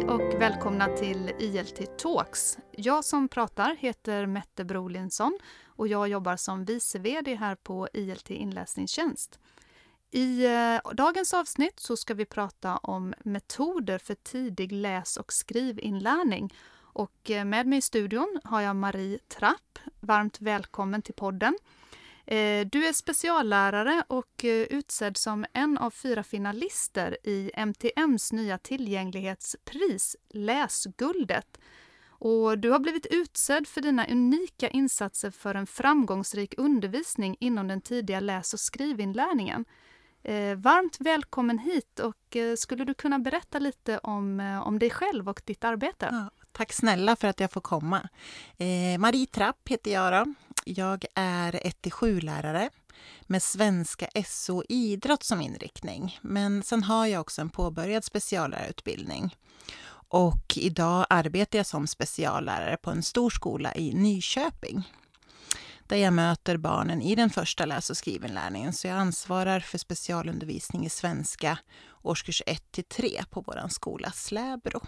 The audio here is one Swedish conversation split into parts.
och välkomna till ILT Talks. Jag som pratar heter Mette Brolinsson och jag jobbar som vice-vd här på ILT Inläsningstjänst. I dagens avsnitt så ska vi prata om metoder för tidig läs- och skrivinlärning. Och med mig i studion har jag Marie Trapp. Varmt välkommen till podden. Du är speciallärare och utsedd som en av 4 finalister i MTMs nya tillgänglighetspris, Läsguldet. Och du har blivit utsedd för dina unika insatser för en framgångsrik undervisning inom den tidiga läs- och skrivinlärningen. Varmt välkommen hit och skulle du kunna berätta lite om dig själv och ditt arbete? Ja, tack snälla för att jag får komma. Marie Trapp heter jag då. Jag är 1-7-lärare med svenska, SO och idrott som inriktning. Men sen har jag också en påbörjad speciallärarutbildning. Och idag arbetar jag som speciallärare på en stor skola i Nyköping. Där jag möter barnen i den första läs- och skrivinlärningen. Så jag ansvarar för specialundervisning i svenska årskurs 1-3 på vår skola Släbro.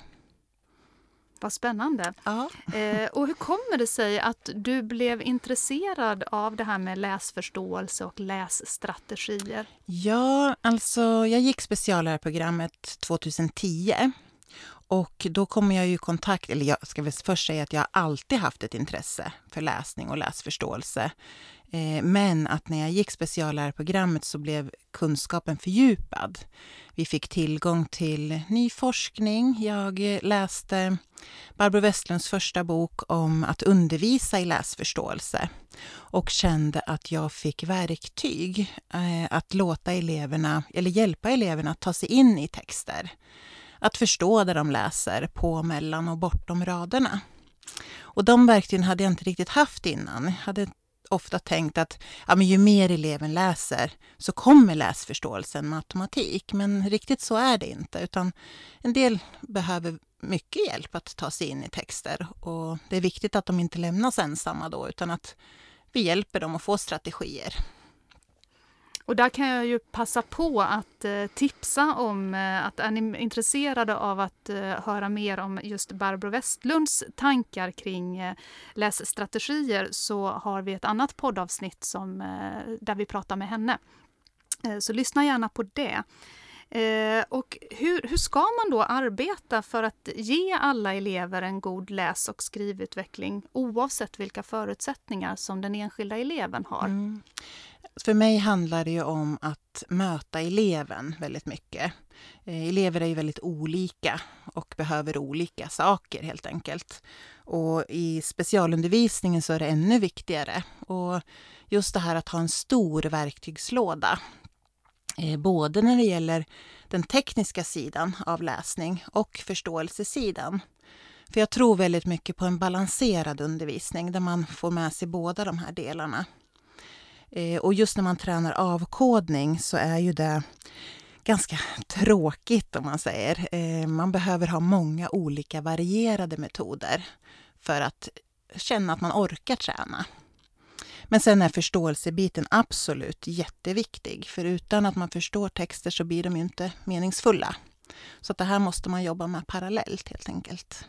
Vad spännande. Ja. Och hur kommer det sig att du blev intresserad av det här med läsförståelse och lässtrategier? Ja, alltså jag gick speciallärarprogrammet 2010 och då kom jag ju i kontakt, eller jag ska väl först säga att jag alltid haft ett intresse för läsning och läsförståelse. Men att när jag gick speciallärarprogrammet så blev kunskapen fördjupad. Vi fick tillgång till ny forskning. Jag läste Barbro Westlunds första bok om att undervisa i läsförståelse och kände att jag fick verktyg att låta eleverna, eller hjälpa eleverna att ta sig in i texter. Att förstå det de läser på, mellan och bortom raderna. Och de verktygen hade jag inte riktigt haft innan. Jag hade ofta tänkt att men ju mer eleven läser så kommer läsförståelsen med automatik. Men riktigt så är det inte, utan en del behöver mycket hjälp att ta sig in i texter. Och det är viktigt att de inte lämnas ensamma då, utan att vi hjälper dem att få strategier. Och där kan jag ju passa på att tipsa om att är ni intresserade av att höra mer om just Barbro Westlunds tankar kring lässtrategier så har vi ett annat poddavsnitt där vi pratar med henne. Så lyssna gärna på det. Och hur ska man då arbeta för att ge alla elever en god läs- och skrivutveckling oavsett vilka förutsättningar som den enskilda eleven har? För mig handlar det ju om att möta eleven väldigt mycket. Elever är ju väldigt olika och behöver olika saker helt enkelt. Och i specialundervisningen så är det ännu viktigare. Och just det här att ha en stor verktygslåda. Både när det gäller den tekniska sidan av läsning och förståelsesidan. För jag tror väldigt mycket på en balanserad undervisning där man får med sig båda de här delarna. Och just när man tränar avkodning så är ju det ganska tråkigt om man säger. Man behöver ha många olika varierade metoder för att känna att man orkar träna. Men sen är förståelsebiten absolut jätteviktig. För utan att man förstår texter så blir de ju inte meningsfulla. Så att det här måste man jobba med parallellt helt enkelt.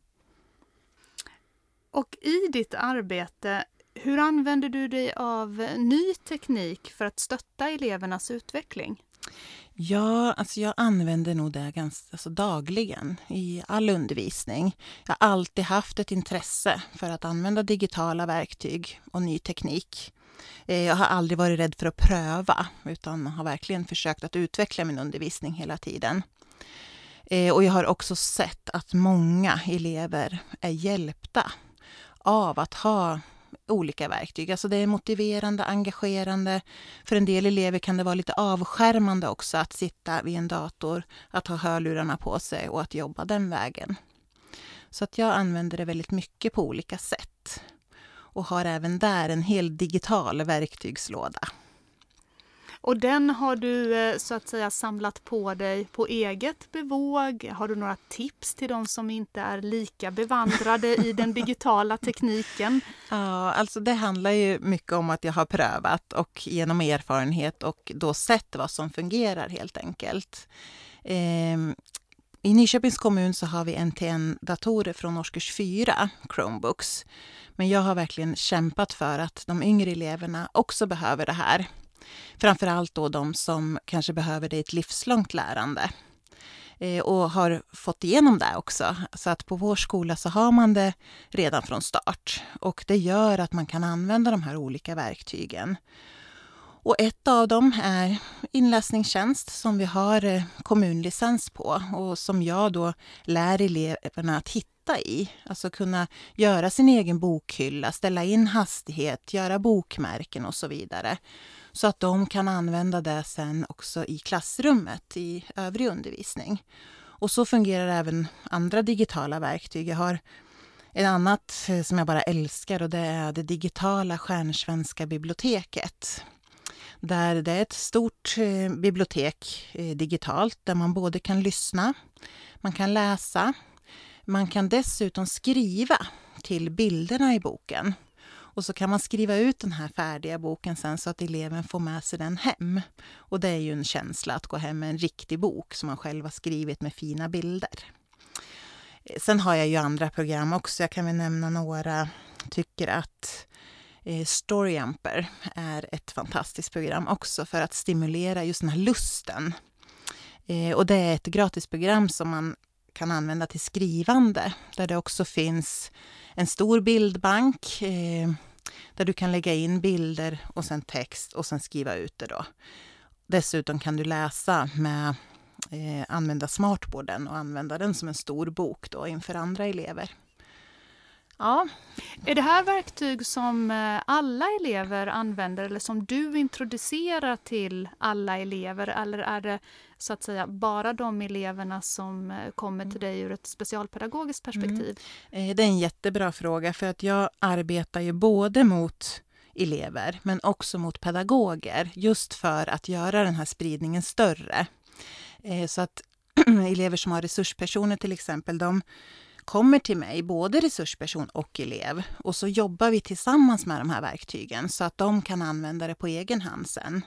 Och i ditt arbete, hur använder du dig av ny teknik för att stötta elevernas utveckling? Ja, alltså jag använder nog det ganska dagligen i all undervisning. Jag har alltid haft ett intresse för att använda digitala verktyg och ny teknik. Jag har aldrig varit rädd för att pröva utan har verkligen försökt att utveckla min undervisning hela tiden. Och jag har också sett att många elever är hjälpta av att ha olika verktyg. Alltså det är motiverande, engagerande. För en del elever kan det vara lite avskärmande också att sitta vid en dator, att ha hörlurarna på sig och att jobba den vägen. Så att jag använder det väldigt mycket på olika sätt. Och har även där en hel digital verktygslåda. Och den har du så att säga samlat på dig på eget bevåg. Har du några tips till de som inte är lika bevandrade i den digitala tekniken? Ja, alltså det handlar ju mycket om att jag har prövat och genom erfarenhet och då sett vad som fungerar helt enkelt. I Nyköpings kommun så har vi NTN-datorer från årskurs 4, Chromebooks. Men jag har verkligen kämpat för att de yngre eleverna också behöver det här. Framförallt då de som kanske behöver det i ett livslångt lärande. Och har fått igenom det också. Så att på vår skola så har man det redan från start. Och det gör att man kan använda de här olika verktygen. Och ett av dem är inläsningstjänst som vi har kommunlicens på. Och som jag då lär eleverna att hitta i. Alltså kunna göra sin egen bokhylla, ställa in hastighet, göra bokmärken och så vidare. Så att de kan använda det sen också i klassrummet i övrig undervisning. Och så fungerar även andra digitala verktyg. Jag har ett annat som jag bara älskar och det är det digitala Stjärnsvenska biblioteket. Där det är ett stort bibliotek digitalt där man både kan lyssna, man kan läsa, man kan dessutom skriva till bilderna i boken. Och så kan man skriva ut den här färdiga boken sen så att eleven får med sig den hem. Och det är ju en känsla att gå hem med en riktig bok som man själv har skrivit med fina bilder. Sen har jag ju andra program också. Jag kan väl nämna några. Tycker att Storyjumper är ett fantastiskt program också för att stimulera just den här lusten. Och det är ett gratisprogram som man kan använda till skrivande. Där det också finns en stor bildbank där du kan lägga in bilder och sen text och sen skriva ut det då. Dessutom kan du läsa med använda smartboarden och använda den som en stor bok då inför andra elever. Ja. Är det här verktyg som alla elever använder eller som du introducerar till alla elever eller är det så att säga bara de eleverna som kommer till dig ur ett specialpedagogiskt perspektiv? Det är en jättebra fråga för att jag arbetar ju både mot elever men också mot pedagoger just för att göra den här spridningen större. Så att elever som har resurspersoner till exempel, de kommer till mig, både resursperson och elev. Och så jobbar vi tillsammans med de här verktygen så att de kan använda det på egen hand sen.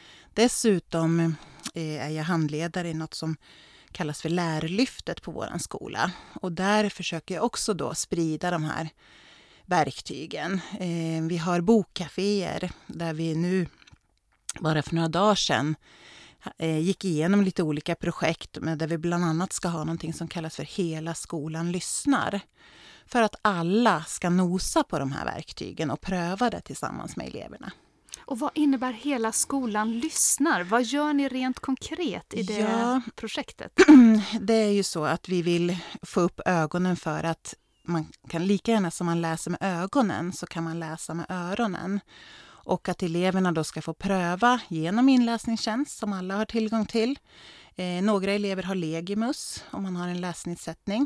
Dessutom är jag handledare i något som kallas för lärlyftet på vår skola. Och där försöker jag också då sprida de här verktygen. Vi har bokkaféer där vi nu, bara för några dagar sedan, gick igenom lite olika projekt där vi bland annat ska ha någonting som kallas för Hela skolan lyssnar. För att alla ska nosa på de här verktygen och pröva det tillsammans med eleverna. Och vad innebär Hela skolan lyssnar? Vad gör ni rent konkret i det projektet? Det är ju så att vi vill få upp ögonen för att man kan lika gärna som man läser med ögonen så kan man läsa med öronen. Och att eleverna då ska få pröva genom inläsningstjänst som alla har tillgång till. Några elever har Legimus om man har en läsnedsättning.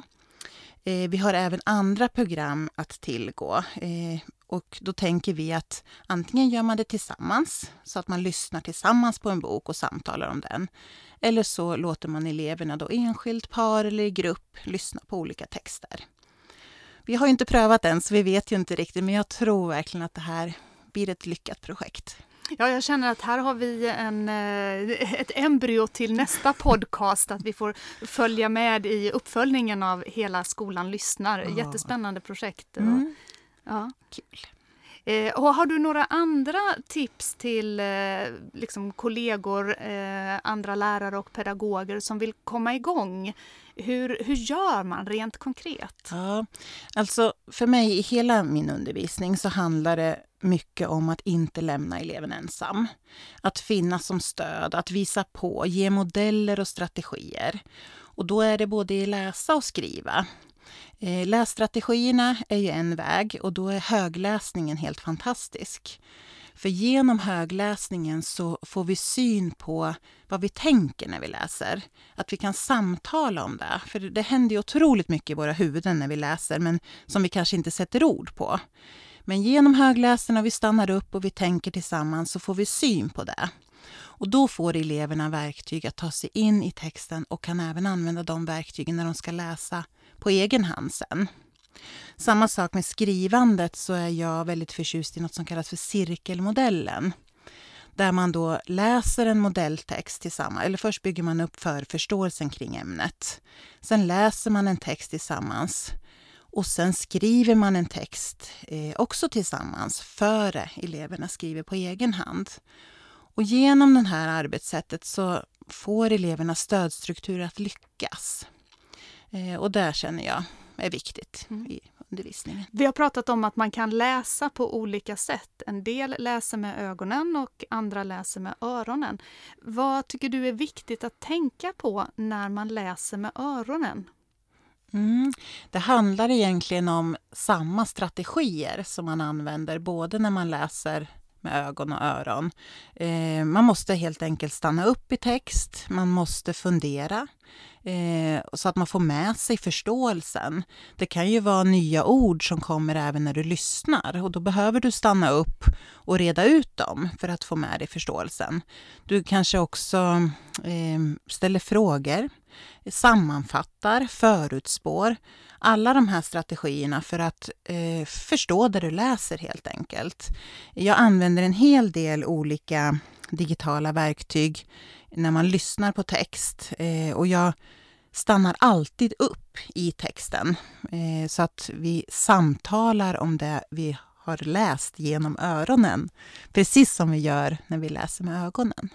Vi har även andra program att tillgå. Och då tänker vi att antingen gör man det tillsammans så att man lyssnar tillsammans på en bok och samtalar om den. Eller så låter man eleverna då enskilt, par eller i grupp lyssna på olika texter. Vi har ju inte prövat än så vi vet ju inte riktigt men jag tror verkligen att det här blir ett lyckat projekt. Ja, jag känner att här har vi ett embryo till nästa podcast att vi får följa med i uppföljningen av Hela skolan lyssnar. Jättespännande projekt. Ja. Kul. Och har du några andra tips till liksom kollegor, andra lärare och pedagoger som vill komma igång? Hur gör man rent konkret? Ja, alltså för mig i hela min undervisning så handlar det mycket om att inte lämna eleven ensam. Att finnas som stöd, att visa på, ge modeller och strategier. Och då är det både i läsa och skriva. Lässtrategierna är ju en väg och då är högläsningen helt fantastisk. För genom högläsningen så får vi syn på vad vi tänker när vi läser. Att vi kan samtala om det. För det händer ju otroligt mycket i våra huvuden när vi läser men som vi kanske inte sätter ord på. Men genom högläsningen och vi stannar upp och vi tänker tillsammans så får vi syn på det. Och då får eleverna verktyg att ta sig in i texten och kan även använda de verktygen när de ska läsa på egen hand sen. Samma sak med skrivandet så är jag väldigt förtjust i något som kallas för cirkelmodellen. där man då läser en modelltext tillsammans. Eller först bygger man upp förståelsen kring ämnet. Sen läser man en text tillsammans. Och sen skriver man en text också tillsammans före eleverna skriver på egen hand. Och genom det här arbetssättet så får eleverna stödstruktur att lyckas. Och där känner jag är viktigt i undervisningen. Vi har pratat om att man kan läsa på olika sätt. En del läser med ögonen och andra läser med öronen. Vad tycker du är viktigt att tänka på när man läser med öronen? Det handlar egentligen om samma strategier som man använder både när man läser med ögon och öron. Man måste helt enkelt stanna upp i text, man måste fundera så att man får med sig förståelsen. Det kan ju vara nya ord som kommer även när du lyssnar och då behöver du stanna upp och reda ut dem för att få med dig förståelsen. Du kanske också ställer frågor, sammanfattar, förutspår. Alla de här strategierna för att förstå det du läser helt enkelt. Jag använder en hel del olika digitala verktyg när man lyssnar på text och jag stannar alltid upp i texten så att vi samtalar om det vi har läst genom öronen. Precis som vi gör när vi läser med ögonen.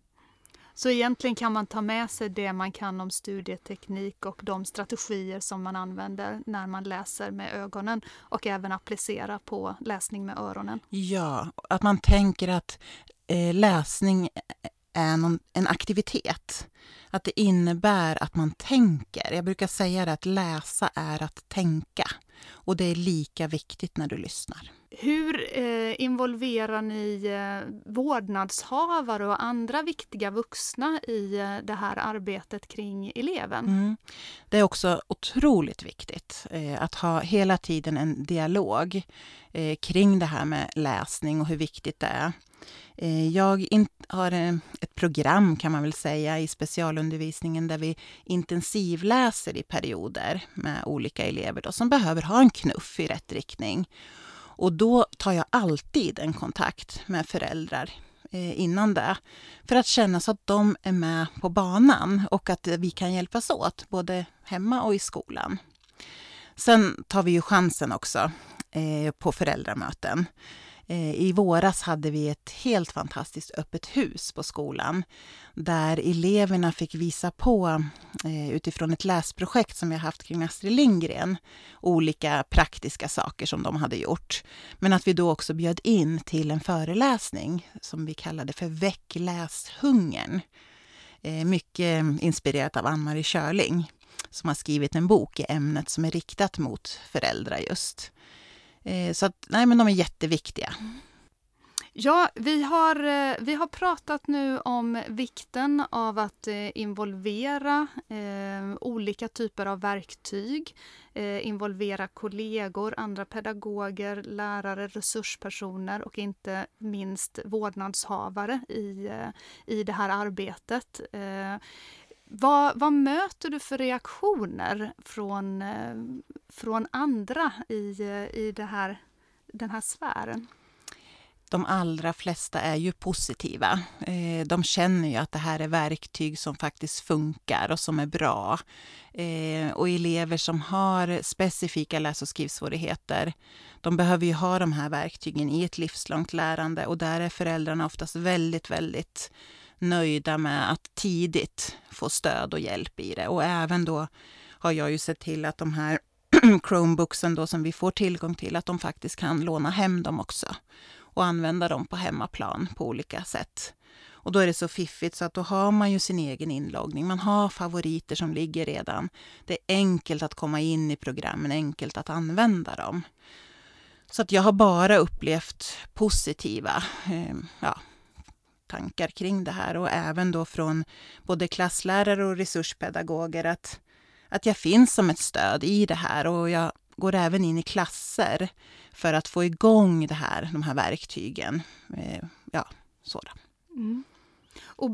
Så egentligen kan man ta med sig det man kan om studieteknik och de strategier som man använder när man läser med ögonen och även applicera på läsning med öronen. Ja, att man tänker att läsning är en aktivitet. Att det innebär att man tänker. Jag brukar säga att läsa är att tänka. Och det är lika viktigt när du lyssnar. Hur involverar ni vårdnadshavare och andra viktiga vuxna i det här arbetet kring eleven? Det är också otroligt viktigt att ha hela tiden en dialog kring det här med läsning och hur viktigt det är. Jag har ett program kan man väl säga i specialundervisningen där vi intensivläser i perioder med olika elever då, som behöver ha en knuff i rätt riktning. Och då tar jag alltid en kontakt med föräldrar innan det för att känna så att de är med på banan och att vi kan hjälpas åt både hemma och i skolan. Sen tar vi ju chansen också på föräldramöten. I våras hade vi ett helt fantastiskt öppet hus på skolan där eleverna fick visa på utifrån ett läsprojekt som vi har haft kring Astrid Lindgren olika praktiska saker som de hade gjort. Men att vi då också bjöd in till en föreläsning som vi kallade för Väck läshungern. Mycket inspirerat av Ann-Marie Körling som har skrivit en bok i ämnet som är riktat mot föräldrar just. Så att, nej, men de är jätteviktiga. Ja, vi har pratat nu om vikten av att involvera olika typer av verktyg, involvera kollegor, andra pedagoger, lärare, resurspersoner och inte minst vårdnadshavare i det här arbetet. Vad möter du för reaktioner från andra i den här sfären? De allra flesta är ju positiva. De känner ju att det här är verktyg som faktiskt funkar och som är bra. Och elever som har specifika läs- och skrivsvårigheter, de behöver ju ha de här verktygen i ett livslångt lärande. Och där är föräldrarna oftast väldigt, väldigt nöjda med att tidigt få stöd och hjälp i det. Och även då har jag ju sett till att de här Chromebooksen då som vi får tillgång till, att de faktiskt kan låna hem dem också och använda dem på hemmaplan på olika sätt. Och då är det så fiffigt så att då har man ju sin egen inloggning. Man har favoriter som ligger redan. Det är enkelt att komma in i programmen, enkelt att använda dem. Så att jag har bara upplevt positiva tankar kring det här och även då från både klasslärare och resurspedagoger att jag finns som ett stöd i det här och jag går även in i klasser för att få igång de här verktygen. Och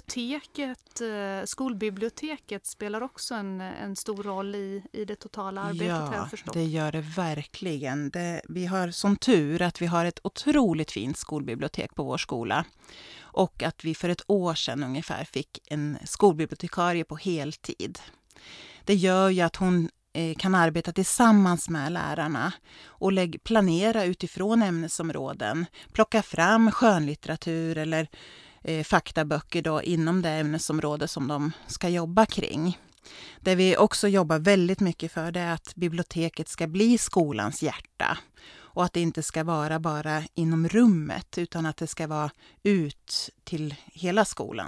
skolbiblioteket spelar också en stor roll i det totala arbetet, har jag förstått. Ja, det gör det verkligen. Vi har som tur att vi har ett otroligt fint skolbibliotek på vår skola. Och att vi för ett år sedan ungefär fick en skolbibliotekarie på heltid. Det gör ju att hon kan arbeta tillsammans med lärarna och planera utifrån ämnesområden. Plocka fram skönlitteratur eller faktaböcker då inom det ämnesområde som de ska jobba kring. Det vi också jobbar väldigt mycket för det är att biblioteket ska bli skolans hjärta. Och att det inte ska vara bara inom rummet utan att det ska vara ut till hela skolan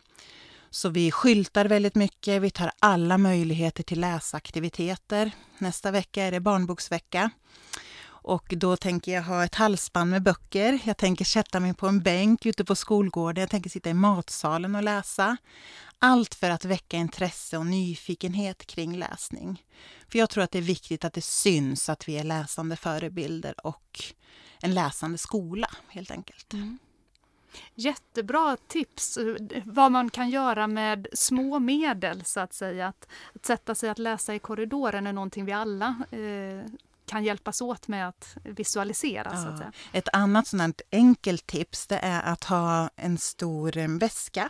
Så vi skyltar väldigt mycket, vi tar alla möjligheter till läsaktiviteter. Nästa vecka är det barnboksvecka. Och då tänker jag ha ett halsband med böcker. Jag tänker sätta mig på en bänk ute på skolgården. Jag tänker sitta i matsalen och läsa. Allt för att väcka intresse och nyfikenhet kring läsning. För jag tror att det är viktigt att det syns att vi är läsande förebilder och en läsande skola helt enkelt. Mm. Jättebra tips vad man kan göra med små medel så att säga. Att sätta sig att läsa i korridoren är någonting vi alla kan hjälpas åt med att visualisera. Så att säga. Ett annat sådant enkelt tips det är att ha en stor väska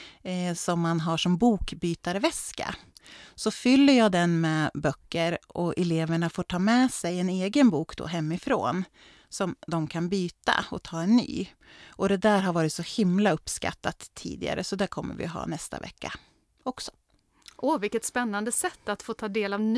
som man har som bokbytarväska. Så fyller jag den med böcker och eleverna får ta med sig en egen bok då hemifrån som de kan byta och ta en ny. Och det där har varit så himla uppskattat tidigare så det kommer vi ha nästa vecka också. Vilket spännande sätt att få ta del av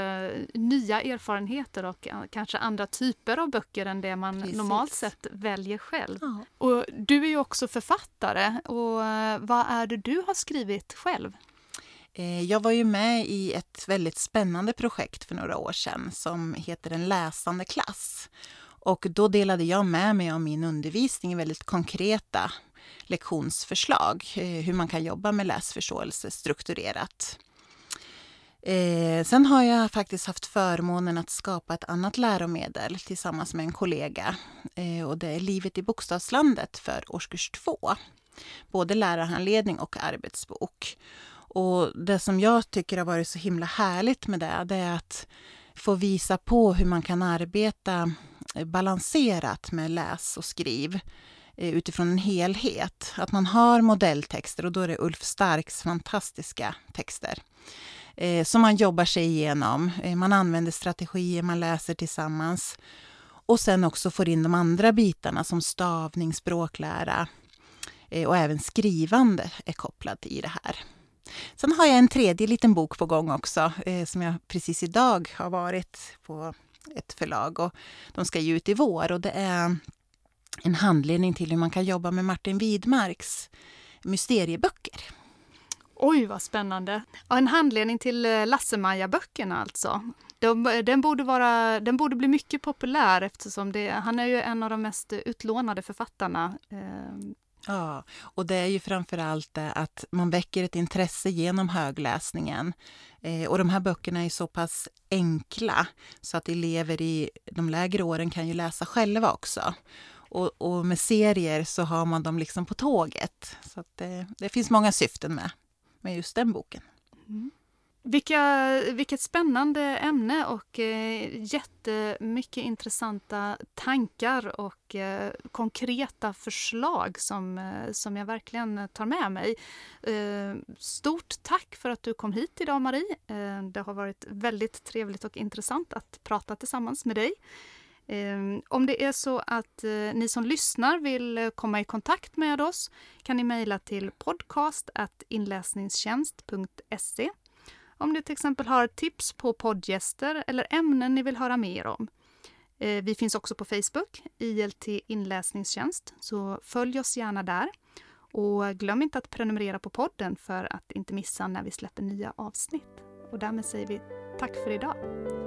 nya erfarenheter och kanske andra typer av böcker än det man normalt sett väljer själv. Ja. Och du är ju också författare och vad är det du har skrivit själv? Jag var ju med i ett väldigt spännande projekt för några år sedan som heter En läsande klass. Och då delade jag med mig av min undervisning i väldigt konkreta lektionsförslag. Hur man kan jobba med läsförståelse strukturerat. Sen har jag faktiskt haft förmånen att skapa ett annat läromedel tillsammans med en kollega. Och det är Livet i bokstavslandet för årskurs 2. Både lärarhandledning och arbetsbok. Och det som jag tycker har varit så himla härligt med det är att få visa på hur man kan arbeta balanserat med läs och skriv utifrån en helhet. Att man har modelltexter och då är det Ulf Starks fantastiska texter som man jobbar sig igenom. Man använder strategier, man läser tillsammans och sen också får in de andra bitarna som stavning, språklära och även skrivande är kopplat i det här. Sen har jag en tredje liten bok på gång också som jag precis idag har varit på ett förlag och de ska ge ut i vår och det är en handledning till hur man kan jobba med Martin Widmarks mysterieböcker. Oj, vad spännande. Ja, en handledning till Lasse-Maja-böckerna alltså. Den borde bli mycket populär eftersom han är ju en av de mest utlånade författarna. Ja, och det är ju framförallt det att man väcker ett intresse genom högläsningen. Och de här böckerna är så pass enkla så att elever i de lägre åren kan ju läsa själva också. Och med serier så har man dem liksom på tåget. Så att det finns många syften med just den boken. Mm. Vilket spännande ämne och jättemycket intressanta tankar och konkreta förslag som jag verkligen tar med mig. Stort tack för att du kom hit idag, Marie. Det har varit väldigt trevligt och intressant att prata tillsammans med dig. Om det är så att ni som lyssnar vill komma i kontakt med oss kan ni mejla till podcast@inläsningstjänst.se. Om du till exempel har tips på poddgäster eller ämnen ni vill höra mer om. Vi finns också på Facebook, ILT inläsningstjänst, så följ oss gärna där. Och glöm inte att prenumerera på podden för att inte missa när vi släpper nya avsnitt. Och därmed säger vi tack för idag.